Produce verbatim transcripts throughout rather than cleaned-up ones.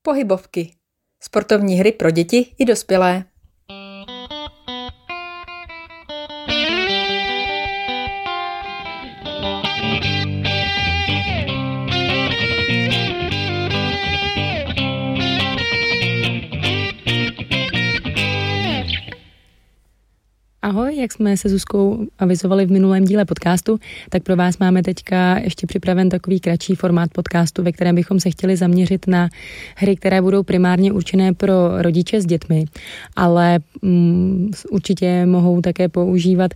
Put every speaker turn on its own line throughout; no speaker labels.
Pohybovky. Sportovní hry pro děti i dospělé.
Ahoj, jak jsme se Zuzkou avizovali v minulém díle podcastu, tak pro vás máme teďka ještě připraven takový kratší formát podcastu, ve kterém bychom se chtěli zaměřit na hry, které budou primárně určené pro rodiče s dětmi, ale mm, určitě mohou také používat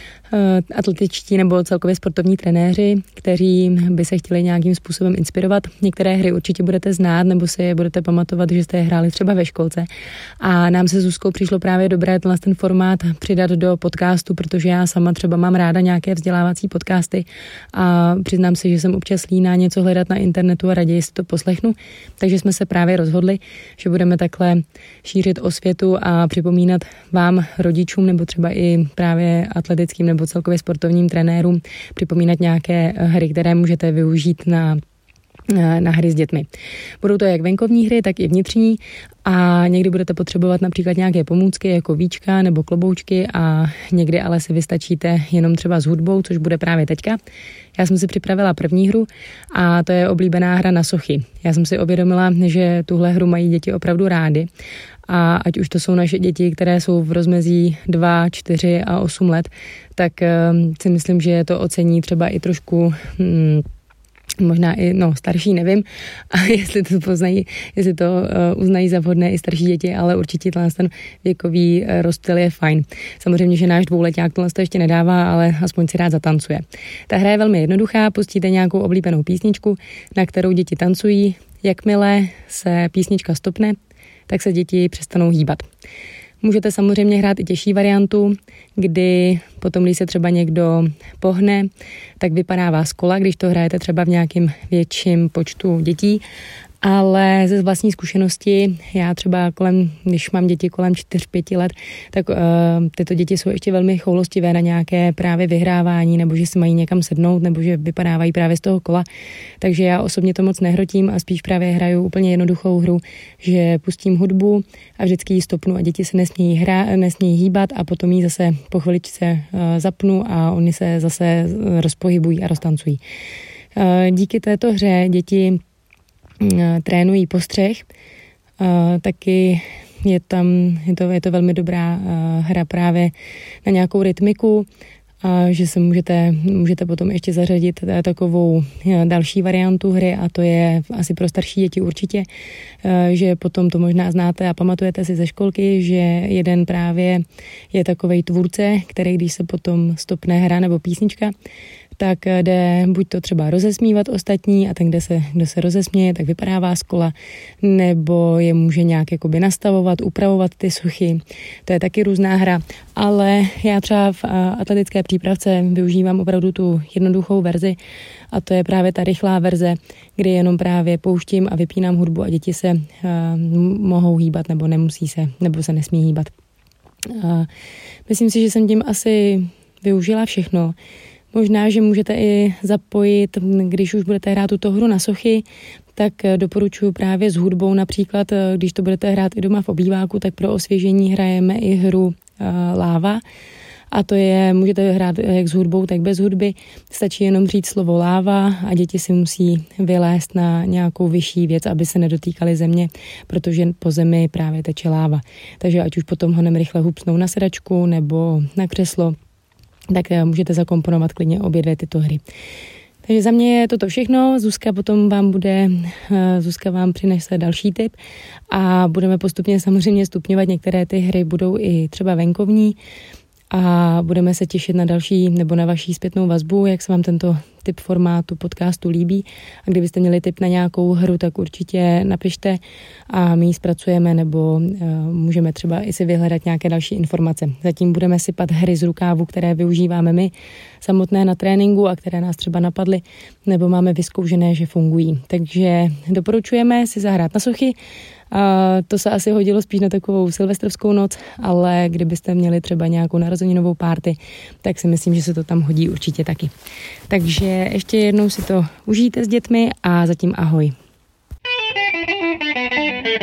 atletičtí nebo celkově sportovní trenéři, kteří by se chtěli nějakým způsobem inspirovat. Některé hry určitě budete znát nebo si je budete pamatovat, že jste je hráli třeba ve školce. A nám se s Zuzkou přišlo právě dobré tenhle ten formát přidat do podcastu, protože já sama třeba mám ráda nějaké vzdělávací podcasty a přiznám si, že jsem občas líná něco hledat na internetu a raději si to poslechnu. Takže jsme se právě rozhodli, že budeme takhle šířit osvětu a připomínat vám, rodičům nebo třeba i právě atletickým nebo celkově sportovním trenérům připomínat nějaké hry, které můžete využít na, na hry s dětmi. Budou to jak venkovní hry, tak i vnitřní a někdy budete potřebovat například nějaké pomůcky jako víčka nebo kloboučky a někdy ale si vystačíte jenom třeba s hudbou, což bude právě teďka. Já jsem si připravila první hru a to je oblíbená hra na sochy. Já jsem si uvědomila, že tuhle hru mají děti opravdu rády a ať už to jsou naše děti, které jsou v rozmezí dva, čtyři a osm let, tak uh, si myslím, že to ocení třeba i trošku hmm, možná i no, starší, nevím, a jestli to poznají, jestli to uh, uznají za vhodné i starší děti, ale určitě ten věkový uh, rozptyl je fajn. Samozřejmě, že náš dvouleták tohle to ještě nedává, ale aspoň si rád zatancuje. Ta hra je velmi jednoduchá, pustíte nějakou oblíbenou písničku, na kterou děti tancují. Jakmile se písnička stopne, tak se děti přestanou hýbat. Můžete samozřejmě hrát i těžší variantu, kdy potom, když se třeba někdo pohne, tak vypadá vás kola, když to hrajete třeba v nějakém větším počtu dětí. Ale ze vlastní zkušenosti, já třeba kolem, když mám děti kolem čtyř pět let, tak uh, tyto děti jsou ještě velmi choulostivé na nějaké právě vyhrávání, nebo že si mají někam sednout, nebo že vypadávají právě z toho kola. Takže já osobně to moc nehrotím a spíš právě hraju úplně jednoduchou hru, že pustím hudbu a vždycky ji stopnu a děti se nesmějí, hra, nesmějí hýbat a potom ji zase po chviličce uh, zapnu a oni se zase rozpohybují a roztancují. Uh, díky této hře děti trénují postřeh, taky je tam, je to, je to velmi dobrá hra právě na nějakou rytmiku, že se můžete, můžete potom ještě zařadit takovou další variantu hry a to je asi pro starší děti určitě, že potom to možná znáte a pamatujete si ze školky, že jeden právě je takovej tvůrce, který když se potom stopne hra nebo písnička, tak jde buď to třeba rozesmívat ostatní a ten, kde se, kdo se rozesměje, tak vypadává z kola, nebo je může nějak jakoby nastavovat, upravovat ty sochy. To je taky různá hra, ale já třeba v atletické přípravce využívám opravdu tu jednoduchou verzi a to je právě ta rychlá verze, kdy jenom právě pouštím a vypínám hudbu a děti se uh, mohou hýbat nebo nemusí se, nebo se nesmí hýbat. Uh, myslím si, že jsem tím asi využila všechno. Možná, že můžete i zapojit, když už budete hrát tuto hru na sochy, tak doporučuji právě s hudbou například, když to budete hrát i doma v obýváku, tak pro osvěžení hrajeme i hru uh, Láva. A to je, můžete hrát jak s hudbou, tak bez hudby. Stačí jenom říct slovo láva a děti si musí vylézt na nějakou vyšší věc, aby se nedotýkaly země, protože po zemi právě teče láva. Takže ať už potom honem rychle hupsnou na sedačku nebo na křeslo, tak můžete zakomponovat klidně obě dvě tyto hry. Takže za mě je toto všechno. Zuzka potom vám bude, Zuzka vám přinese další tip a budeme postupně samozřejmě stupňovat. Některé ty hry budou i třeba venkovní a budeme se těšit na další nebo na vaší zpětnou vazbu, jak se vám tento typ formátu podcastu líbí. A kdybyste měli tip na nějakou hru, tak určitě napište a my ji zpracujeme nebo uh, můžeme třeba i si vyhledat nějaké další informace. Zatím budeme sypat hry z rukávu, které využíváme my samotné na tréninku a které nás třeba napadly nebo máme vyzkoušené, že fungují. Takže doporučujeme si zahrát na sochy. A to se asi hodilo spíš na takovou silvestrovskou noc, ale kdybyste měli třeba nějakou narozeninovou párty, tak si myslím, že se to tam hodí určitě taky. Takže ještě jednou si to užijte s dětmi a zatím ahoj.